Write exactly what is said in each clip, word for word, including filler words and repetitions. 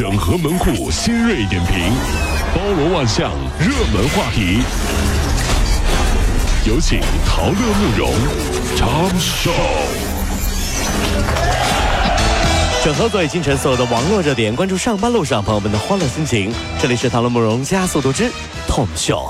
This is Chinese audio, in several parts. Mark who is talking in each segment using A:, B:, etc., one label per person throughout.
A: 整合门户新锐点评，包罗万象，热门话题。有请陶乐慕容长寿。
B: 整合最清晨所有的网络热点，关注上班路上朋友们的欢乐心情。这里是陶乐慕容加速度之 Tom Show。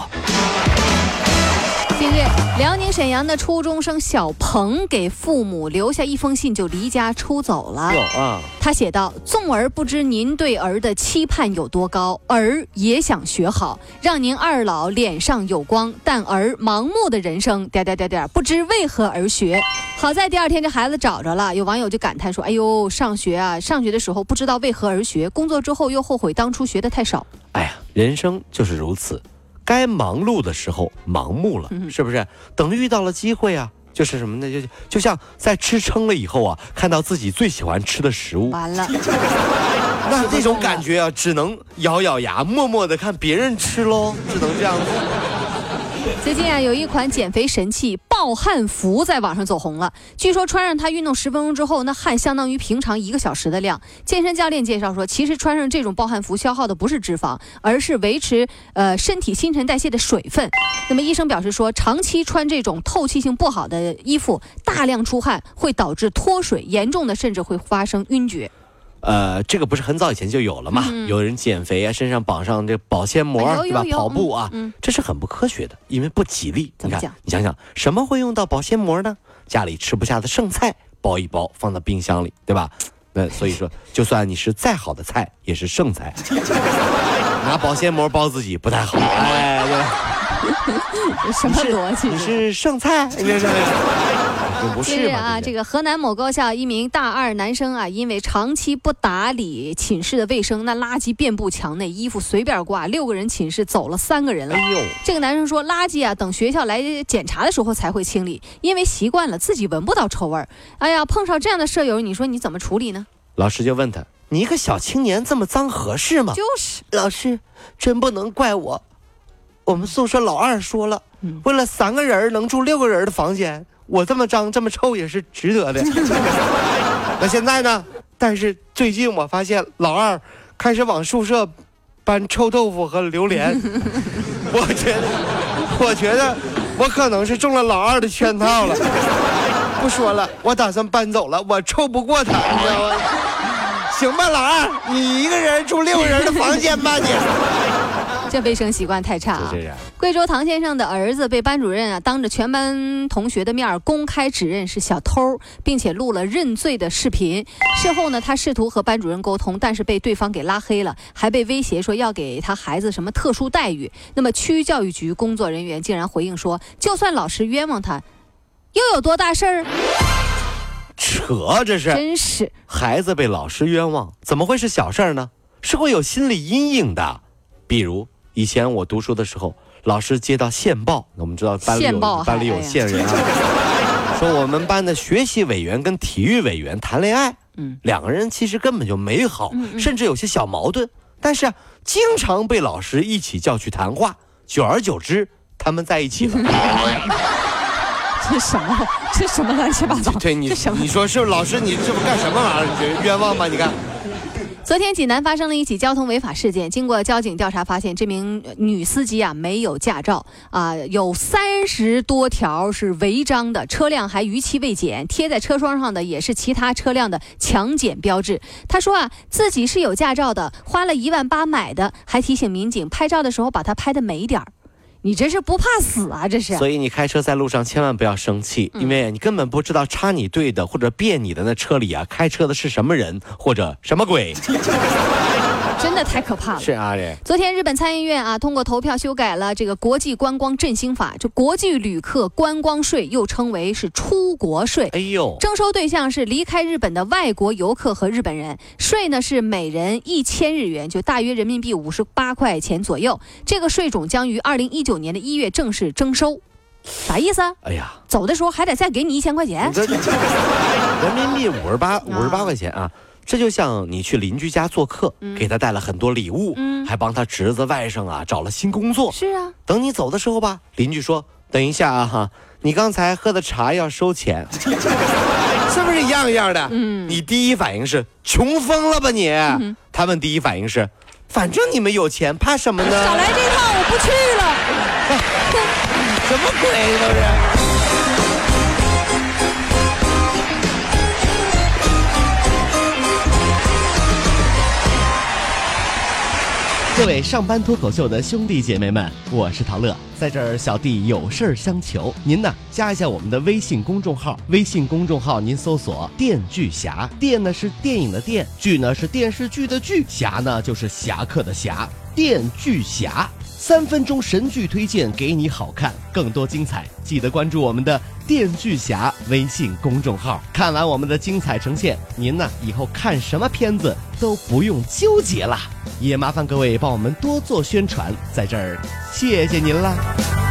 C: 近日，辽宁沈阳的初中生小鹏给父母留下一封信，就离家出走了。
B: 有啊，
C: 他写道：“纵儿不知您对儿的期盼有多高，儿也想学好，让您二老脸上有光。但儿盲目的人生，点点点点，不知为何而学。”好在第二天这孩子找着了，有网友就感叹说：“哎呦，上学啊，上学的时候不知道为何而学，工作之后又后悔当初学的太少。”
B: 哎呀，人生就是如此。该忙碌的时候盲目了，是不是？等遇到了机会啊，就是什么呢？就就像在吃撑了以后啊，看到自己最喜欢吃的食物，
C: 完了，
B: 那这种感觉啊，只能咬咬牙，默默的看别人吃喽，只能这样子。
C: 最近啊，有一款减肥神器暴汗服在网上走红了。据说穿上它运动十分钟之后，那汗相当于平常一个小时的量。健身教练介绍说，其实穿上这种暴汗服消耗的不是脂肪，而是维持呃身体新陈代谢的水分。那么医生表示说，长期穿这种透气性不好的衣服，大量出汗会导致脱水，严重的甚至会发生晕厥。
B: 呃，这个不是很早以前就有了嘛？嗯、有人减肥啊，身上绑上这保鲜膜，
C: 哎、
B: 对吧？跑步啊、
C: 嗯嗯，
B: 这是很不科学的，因为不吉利。
C: 怎么讲？
B: 你想想，什么会用到保鲜膜呢？家里吃不下的剩菜，包一包放到冰箱里，对吧？那所以说，就算你是再好的菜，也是剩菜。拿保鲜膜包自己不太好。哎，
C: 对。什么逻辑？
B: 你是剩菜？你这是？不是
C: 近日啊，这个河南某高校一名大二男生啊，因为长期不打理寝室的卫生，那垃圾遍布墙内，衣服随便挂，六个人寝室走了三个人了。
B: 哎呦，
C: 这个男生说，垃圾啊，等学校来检查的时候才会清理，因为习惯了自己闻不到臭味儿。哎呀，碰上这样的舍友，你说你怎么处理呢？
B: 老师就问他：“你一个小青年这么脏合适吗？”
C: 就是
B: 老师，真不能怪我。我们宿舍老二说了，嗯、为了三个人能住六个人的房间。我这么脏这么臭也是值得的。那现在呢？但是最近我发现老二开始往宿舍搬臭豆腐和榴莲，我觉得我觉得我可能是中了老二的圈套了。不说了，我打算搬走了，我臭不过他，你知道吗？行吧，老二，你一个人住六个人的房间吧，你。
C: 这卫生习惯太差啊！贵州唐先生的儿子被班主任啊当着全班同学的面公开指认是小偷，并且录了认罪的视频。事后呢，他试图和班主任沟通，但是被对方给拉黑了，还被威胁说要给他孩子什么特殊待遇。那么区教育局工作人员竟然回应说，就算老师冤枉他，又有多大事儿？
B: 扯，这是
C: 真是
B: 孩子被老师冤枉，怎么会是小事儿呢？是会有心理阴影的。比如以前我读书的时候，老师接到线报，我们知道班里有班里有线人啊，说我们班的学习委员跟体育委员谈恋爱，嗯，两个人其实根本就没好，嗯嗯甚至有些小矛盾，但是啊，经常被老师一起叫去谈话，久而久之，他们在一起了。
C: 这什么？这什么乱七八糟？
B: 对你，你说是不是老师？你这不干什么玩意儿？你觉得冤枉吗？你看。
C: 昨天济南发生了一起交通违法事件，经过交警调查发现，这名女司机啊没有驾照啊，有三十多条是违章的，车辆还逾期未检，贴在车窗上的也是其他车辆的强检标志。他说啊，自己是有驾照的，花了一万八买的，还提醒民警拍照的时候把它拍得美点儿。你这是不怕死啊，这是。
B: 所以你开车在路上千万不要生气，因为你根本不知道插你队的或者别你的那车里啊，开车的是什么人或者什么鬼。
C: 真的太可怕了。
B: 是啊，这
C: 昨天日本参议院啊通过投票修改了这个国际观光振兴法，这国际旅客观光税又称为是出国税。
B: 哎呦，
C: 征收对象是离开日本的外国游客和日本人，税呢是每人一千日元，就大约人民币五十八块钱左右。这个税种将于二零一九年的一月正式征收。啥意思啊？
B: 哎呀，
C: 走的时候还得再给你一千块钱。
B: 人民币五十八五十八块钱啊。这就像你去邻居家做客，嗯、给他带了很多礼物，嗯、还帮他侄子外甥啊找了新工作。
C: 是啊，
B: 等你走的时候吧，邻居说：“等一下啊哈，你刚才喝的茶要收钱，是不是一样一样的？”嗯，你第一反应是穷疯了吧你？嗯、 他们第一反应是，反正你们有钱，怕什么呢？
C: 少来这套，我不去了。
B: 什么鬼都是。
D: 各位上班脱口秀的兄弟姐妹们，我是陶乐，在这儿小弟有事儿相求，您呢加一下我们的微信公众号，微信公众号您搜索电锯侠，电呢是电影的电，剧呢是电视剧的剧，侠呢就是侠客的侠，电锯侠。三分钟神剧推荐给你好看，更多精彩记得关注我们的电锯侠微信公众号。看完我们的精彩呈现，您呢以后看什么片子都不用纠结了，也麻烦各位帮我们多做宣传，在这儿谢谢您啦。